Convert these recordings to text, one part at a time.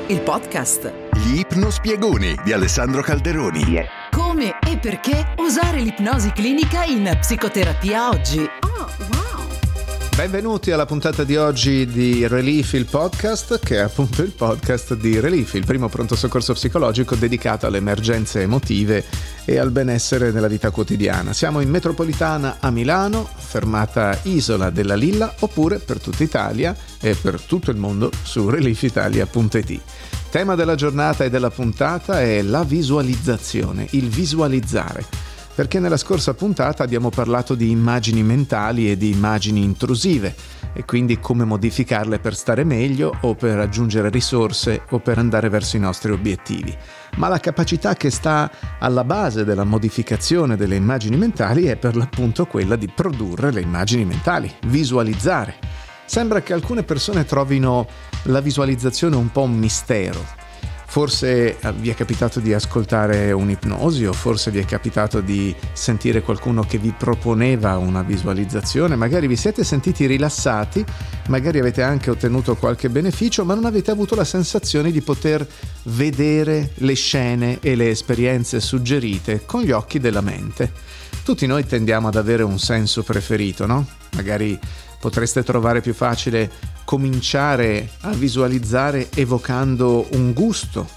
il podcast. Gli ipnospiegoni di Alessandro Calderoni. Come e perché usare l'ipnosi clinica in psicoterapia oggi. Oh, wow! Benvenuti alla puntata di oggi di Relief, il podcast, che è appunto il podcast di Relief, il primo pronto soccorso psicologico dedicato alle emergenze emotive e al benessere nella vita quotidiana. Siamo in metropolitana a Milano, fermata Isola della Lilla, oppure per tutta Italia e per tutto il mondo su reliefitalia.it. Tema della giornata e della puntata è la visualizzazione, il visualizzare. Perché nella scorsa puntata abbiamo parlato di immagini mentali e di immagini intrusive e quindi come modificarle per stare meglio o per aggiungere risorse o per andare verso i nostri obiettivi. Ma la capacità che sta alla base della modificazione delle immagini mentali è per l'appunto quella di produrre le immagini mentali, visualizzare. Sembra che alcune persone trovino la visualizzazione un po' un mistero. Forse vi è capitato di ascoltare un'ipnosi o forse vi è capitato di sentire qualcuno che vi proponeva una visualizzazione, magari vi siete sentiti rilassati, magari avete anche ottenuto qualche beneficio, ma non avete avuto la sensazione di poter vedere le scene e le esperienze suggerite con gli occhi della mente. Tutti noi tendiamo ad avere un senso preferito, no? Magari potreste trovare più facile cominciare a visualizzare evocando un gusto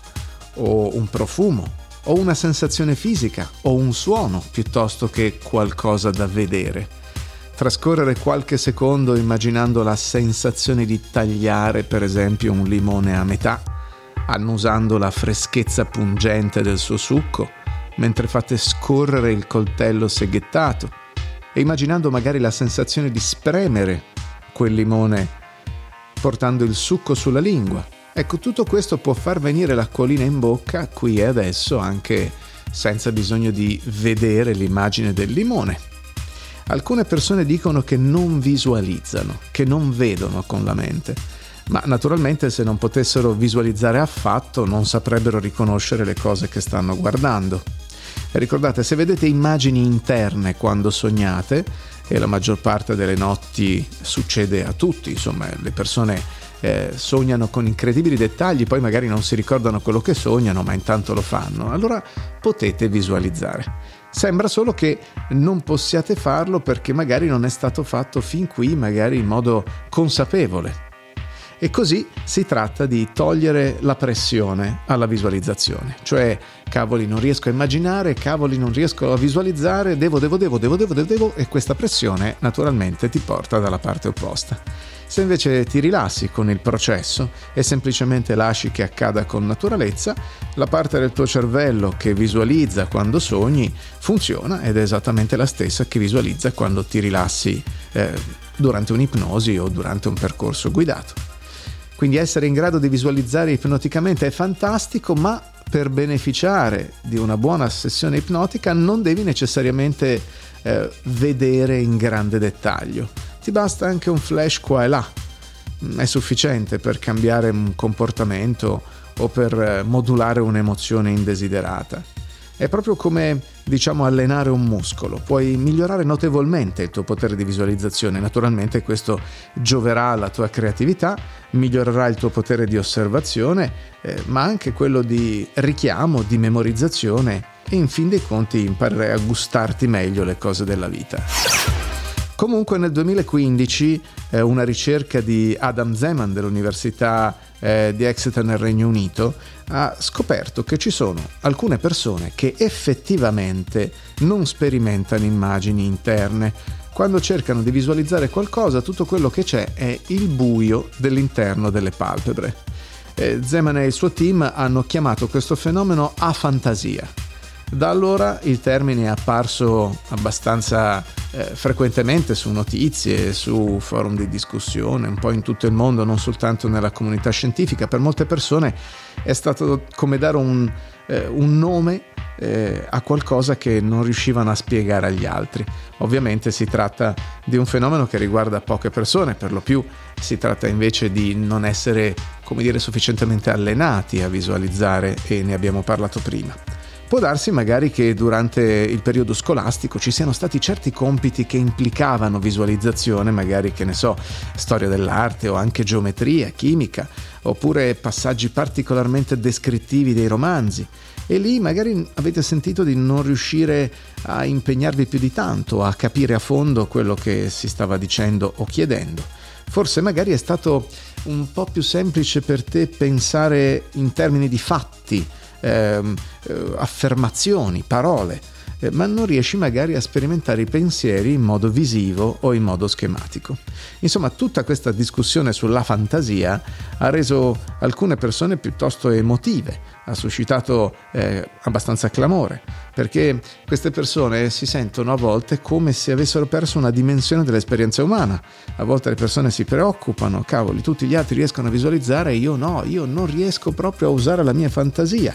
o un profumo o una sensazione fisica o un suono piuttosto che qualcosa da vedere. Trascorrere qualche secondo immaginando la sensazione di tagliare per esempio un limone a metà, annusando la freschezza pungente del suo succo mentre fate scorrere il coltello seghettato e immaginando magari la sensazione di spremere quel limone portando il succo sulla lingua. Ecco, tutto questo può far venire l'acquolina in bocca qui e adesso, anche senza bisogno di vedere l'immagine del limone. Alcune persone dicono che non visualizzano, che non vedono con la mente, ma naturalmente se non potessero visualizzare affatto non saprebbero riconoscere le cose che stanno guardando. E ricordate, se vedete immagini interne quando sognate, e la maggior parte delle notti succede a tutti, insomma le persone sognano con incredibili dettagli, poi magari non si ricordano quello che sognano, ma intanto lo fanno, allora potete visualizzare. Sembra solo che non possiate farlo perché magari non è stato fatto fin qui, magari in modo consapevole. E così si tratta di togliere la pressione alla visualizzazione, cioè cavoli non riesco a immaginare, cavoli non riesco a visualizzare, devo e questa pressione naturalmente ti porta dalla parte opposta. Se invece ti rilassi con il processo e semplicemente lasci che accada con naturalezza, la parte del tuo cervello che visualizza quando sogni funziona ed è esattamente la stessa che visualizza quando ti rilassi durante un'ipnosi o durante un percorso guidato. Quindi essere in grado di visualizzare ipnoticamente è fantastico, ma per beneficiare di una buona sessione ipnotica non devi necessariamente vedere in grande dettaglio. Ti basta anche un flash qua e là, è sufficiente per cambiare un comportamento o per modulare un'emozione indesiderata. È proprio come, allenare un muscolo. Puoi migliorare notevolmente il tuo potere di visualizzazione. Naturalmente questo gioverà alla tua creatività, migliorerà il tuo potere di osservazione, ma anche quello di richiamo, di memorizzazione e in fin dei conti imparerai a gustarti meglio le cose della vita. Comunque nel 2015 una ricerca di Adam Zeman dell'Università di Exeter nel Regno Unito ha scoperto che ci sono alcune persone che effettivamente non sperimentano immagini interne. Quando cercano di visualizzare qualcosa, tutto quello che c'è è il buio dell'interno delle palpebre. Zeman e il suo team hanno chiamato questo fenomeno afantasia. Da allora il termine è apparso abbastanza frequentemente su notizie, su forum di discussione, un po' in tutto il mondo, non soltanto nella comunità scientifica. Per molte persone è stato come dare un nome a qualcosa che non riuscivano a spiegare agli altri. Ovviamente si tratta di un fenomeno che riguarda poche persone, per lo più si tratta invece di non essere, sufficientemente allenati a visualizzare, e ne abbiamo parlato prima. Può darsi magari che durante il periodo scolastico ci siano stati certi compiti che implicavano visualizzazione, magari, storia dell'arte o anche geometria, chimica, oppure passaggi particolarmente descrittivi dei romanzi, e lì magari avete sentito di non riuscire a impegnarvi più di tanto, a capire a fondo quello che si stava dicendo o chiedendo. Forse magari è stato un po' più semplice per te pensare in termini di fatti, affermazioni, parole, ma non riesci magari a sperimentare i pensieri in modo visivo o in modo schematico. Insomma, tutta questa discussione sulla fantasia ha reso alcune persone piuttosto emotive, ha suscitato abbastanza clamore, perché queste persone si sentono a volte come se avessero perso una dimensione dell'esperienza umana. A volte le persone si preoccupano, cavoli, tutti gli altri riescono a visualizzare, io no, io non riesco proprio a usare la mia fantasia,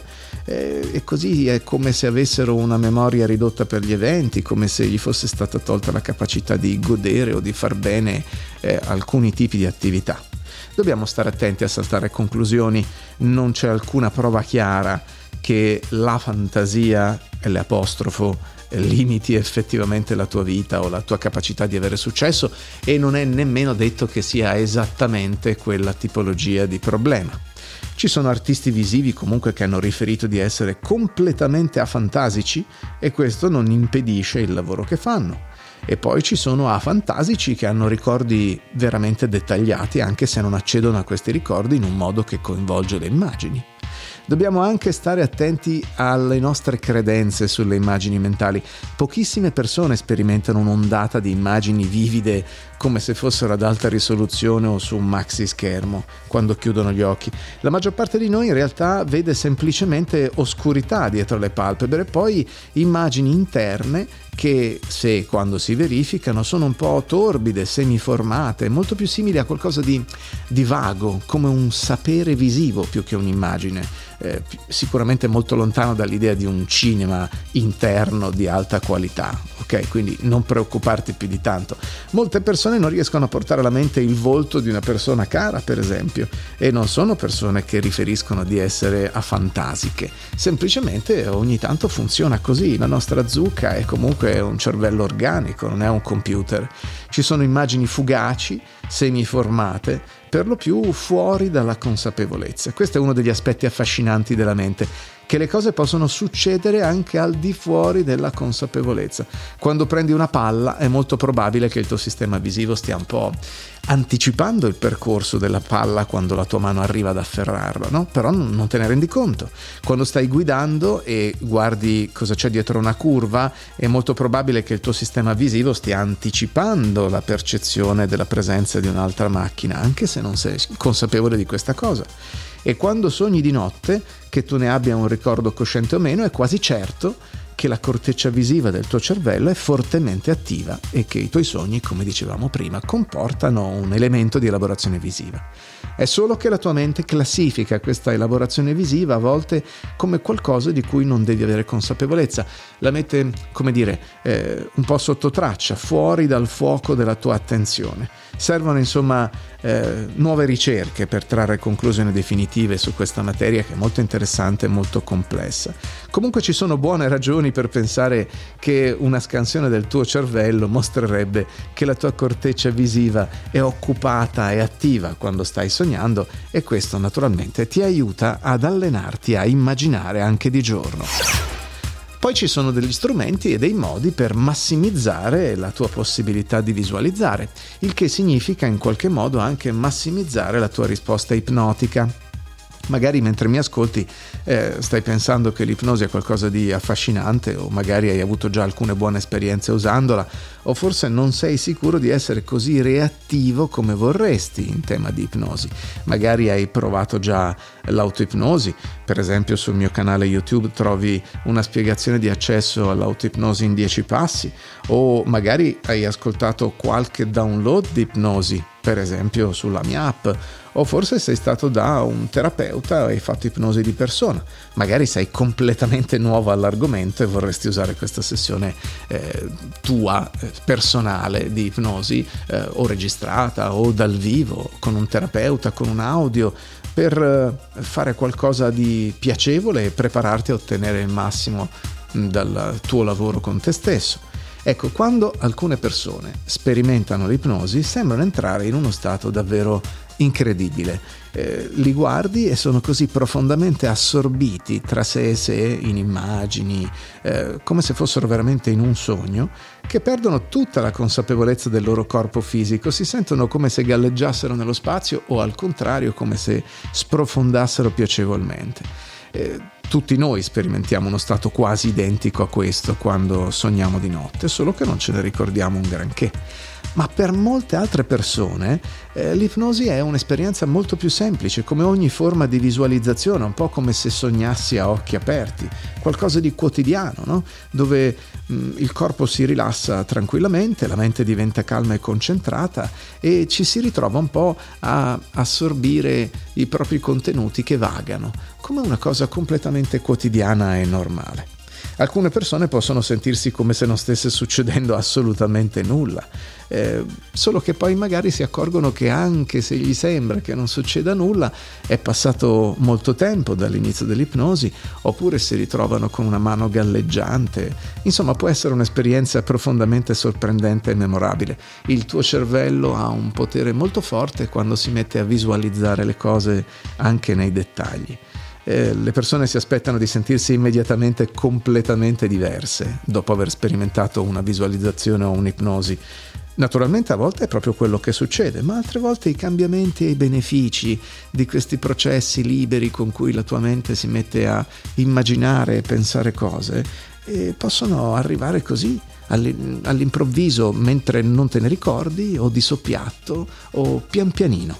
e così è come se avessero una memoria ridotta per gli eventi, come se gli fosse stata tolta la capacità di godere o di far bene alcuni tipi di attività. Dobbiamo stare attenti a saltare conclusioni, non c'è alcuna prova chiara che la fantasia, l'apostrofo, limiti effettivamente la tua vita o la tua capacità di avere successo, e non è nemmeno detto che sia esattamente quella tipologia di problema. Ci sono artisti visivi comunque che hanno riferito di essere completamente afantasici, e questo non impedisce il lavoro che fanno. E poi ci sono afantasici che hanno ricordi veramente dettagliati, anche se non accedono a questi ricordi in un modo che coinvolge le immagini. Dobbiamo anche stare attenti alle nostre credenze sulle immagini mentali. Pochissime persone sperimentano un'ondata di immagini vivide come se fossero ad alta risoluzione o su un maxi schermo quando chiudono gli occhi. La maggior parte di noi in realtà vede semplicemente oscurità dietro le palpebre e poi immagini interne che, se quando si verificano, sono un po' torbide, semiformate, molto più simili a qualcosa di vago, come un sapere visivo più che un'immagine. Sicuramente molto lontano dall'idea di un cinema interno di alta qualità, ok? Quindi non preoccuparti più di tanto. Molte persone non riescono a portare alla mente il volto di una persona cara, per esempio, e non sono persone che riferiscono di essere afantasiche, semplicemente ogni tanto funziona così. La nostra zucca è comunque un cervello organico, non è un computer. Ci sono immagini fugaci, semiformate, per lo più fuori dalla consapevolezza. Questo è uno degli aspetti affascinanti della mente, che le cose possono succedere anche al di fuori della consapevolezza. Quando prendi una palla è molto probabile che il tuo sistema visivo stia un po' anticipando il percorso della palla quando la tua mano arriva ad afferrarla, no? Però non te ne rendi conto. Quando stai guidando e guardi cosa c'è dietro una curva, è molto probabile che il tuo sistema visivo stia anticipando la percezione della presenza di un'altra macchina, anche se non sei consapevole di questa cosa. E quando sogni di notte, che tu ne abbia un ricordo cosciente o meno, è quasi certo che la corteccia visiva del tuo cervello è fortemente attiva e che i tuoi sogni, come dicevamo prima, comportano un elemento di elaborazione visiva. È solo che la tua mente classifica questa elaborazione visiva a volte come qualcosa di cui non devi avere consapevolezza, la mette, come dire, un po' sotto traccia, fuori dal fuoco della tua attenzione. Servono insomma nuove ricerche per trarre conclusioni definitive su questa materia, che è molto interessante e molto complessa. Comunque ci sono buone ragioni per pensare che una scansione del tuo cervello mostrerebbe che la tua corteccia visiva è occupata e attiva quando stai sognando, e questo naturalmente ti aiuta ad allenarti a immaginare anche di giorno. Poi ci sono degli strumenti e dei modi per massimizzare la tua possibilità di visualizzare, il che significa in qualche modo anche massimizzare la tua risposta ipnotica. Magari mentre mi ascolti stai pensando che l'ipnosi è qualcosa di affascinante, o magari hai avuto già alcune buone esperienze usandola, o forse non sei sicuro di essere così reattivo come vorresti in tema di ipnosi. Magari hai provato già l'autoipnosi, per esempio sul mio canale YouTube trovi una spiegazione di accesso all'autoipnosi in 10 passi, o magari hai ascoltato qualche download di ipnosi, per esempio sulla mia app, o forse sei stato da un terapeuta e hai fatto ipnosi di persona. Magari sei completamente nuovo all'argomento e vorresti usare questa sessione tua, personale di ipnosi, o registrata o dal vivo, con un terapeuta, con un audio, per fare qualcosa di piacevole e prepararti a ottenere il massimo dal tuo lavoro con te stesso. Ecco, quando alcune persone sperimentano l'ipnosi sembrano entrare in uno stato davvero incredibile. Li guardi e sono così profondamente assorbiti tra sé e sé in immagini, come se fossero veramente in un sogno, che perdono tutta la consapevolezza del loro corpo fisico, si sentono come se galleggiassero nello spazio o al contrario come se sprofondassero piacevolmente. Tutti noi sperimentiamo uno stato quasi identico a questo quando sogniamo di notte, solo che non ce ne ricordiamo un granché. Ma per molte altre persone l'ipnosi è un'esperienza molto più semplice, come ogni forma di visualizzazione, un po' come se sognassi a occhi aperti, qualcosa di quotidiano, no? Dove il corpo si rilassa tranquillamente, la mente diventa calma e concentrata e ci si ritrova un po' a assorbire i propri contenuti che vagano, come una cosa completamente quotidiana e normale. Alcune persone possono sentirsi come se non stesse succedendo assolutamente nulla, solo che poi magari si accorgono che anche se gli sembra che non succeda nulla, è passato molto tempo dall'inizio dell'ipnosi, oppure si ritrovano con una mano galleggiante. Insomma, può essere un'esperienza profondamente sorprendente e memorabile. Il tuo cervello ha un potere molto forte quando si mette a visualizzare le cose anche nei dettagli. Le persone si aspettano di sentirsi immediatamente completamente diverse dopo aver sperimentato una visualizzazione o un'ipnosi. Naturalmente a volte è proprio quello che succede, ma altre volte i cambiamenti e i benefici di questi processi liberi con cui la tua mente si mette a immaginare e pensare cose possono arrivare così all'improvviso, mentre non te ne ricordi, o di soppiatto o pian pianino,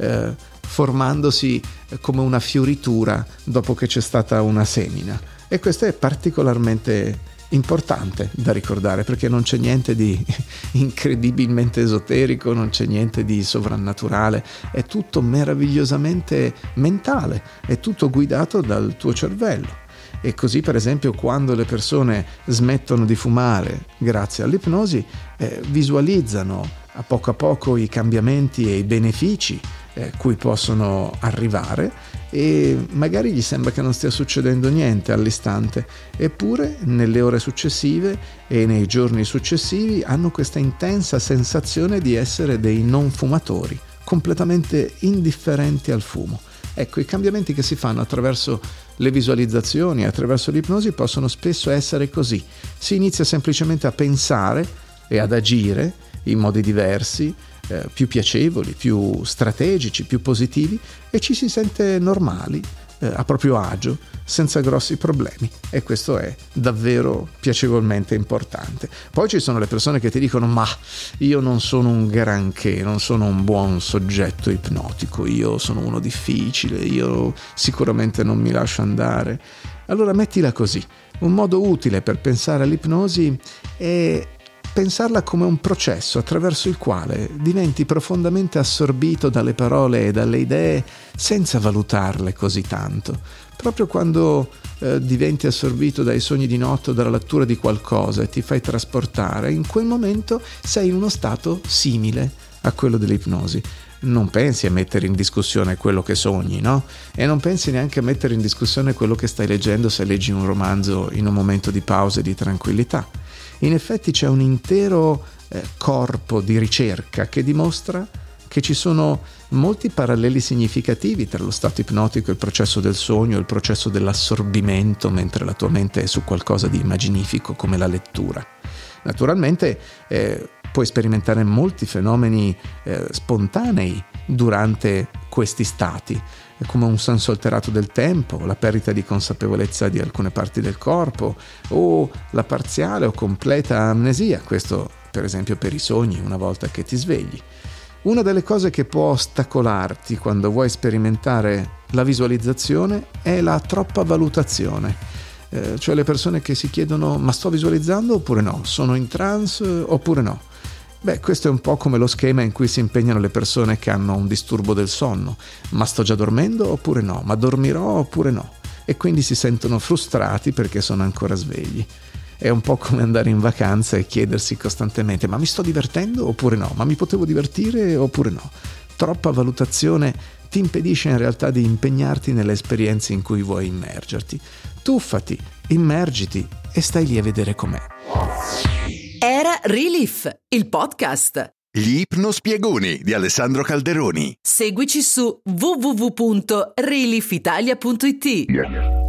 formandosi come una fioritura dopo che c'è stata una semina. E questo è particolarmente importante da ricordare, perché non c'è niente di incredibilmente esoterico, non c'è niente di sovrannaturale, è tutto meravigliosamente mentale, è tutto guidato dal tuo cervello. E così, per esempio, quando le persone smettono di fumare grazie all'ipnosi, visualizzano a poco i cambiamenti e i benefici cui possono arrivare, e magari gli sembra che non stia succedendo niente all'istante, eppure nelle ore successive e nei giorni successivi hanno questa intensa sensazione di essere dei non fumatori, completamente indifferenti al fumo. Ecco, i cambiamenti che si fanno attraverso le visualizzazioni, attraverso l'ipnosi, possono spesso essere così. Si inizia semplicemente a pensare e ad agire in modi diversi, più piacevoli, più strategici, più positivi, e ci si sente normali, a proprio agio, senza grossi problemi, e questo è davvero piacevolmente importante. Poi ci sono le persone che ti dicono: ma io non sono un granché, non sono un buon soggetto ipnotico, io sono uno difficile, io sicuramente non mi lascio andare. Allora mettila così: un modo utile per pensare all'ipnosi è pensarla come un processo attraverso il quale diventi profondamente assorbito dalle parole e dalle idee senza valutarle così tanto. Proprio quando diventi assorbito dai sogni di notte o dalla lettura di qualcosa e ti fai trasportare, in quel momento sei in uno stato simile a quello dell'ipnosi. Non pensi a mettere in discussione quello che sogni, no? E non pensi neanche a mettere in discussione quello che stai leggendo se leggi un romanzo in un momento di pausa e di tranquillità. In effetti c'è un intero corpo di ricerca che dimostra che ci sono molti paralleli significativi tra lo stato ipnotico e il processo del sogno, il processo dell'assorbimento mentre la tua mente è su qualcosa di immaginifico come la lettura. Naturalmente puoi sperimentare molti fenomeni spontanei durante questi stati, come un senso alterato del tempo, la perdita di consapevolezza di alcune parti del corpo o la parziale o completa amnesia, questo per esempio per i sogni una volta che ti svegli. Una delle cose che può ostacolarti quando vuoi sperimentare la visualizzazione è la troppa valutazione, cioè le persone che si chiedono: ma sto visualizzando oppure no? Sono in trance oppure no? Beh, questo è un po' come lo schema in cui si impegnano le persone che hanno un disturbo del sonno: ma sto già dormendo oppure no? Ma dormirò oppure no? E quindi si sentono frustrati perché sono ancora svegli. È un po' come andare in vacanza e chiedersi costantemente: ma mi sto divertendo oppure no? Ma mi potevo divertire oppure no? Troppa valutazione ti impedisce in realtà di impegnarti nelle esperienze in cui vuoi immergerti. Tuffati, immergiti e stai lì a vedere com'è. Relief, il podcast. Gli ipnospiegoni di Alessandro Calderoni. Seguici su www.reliefitalia.it.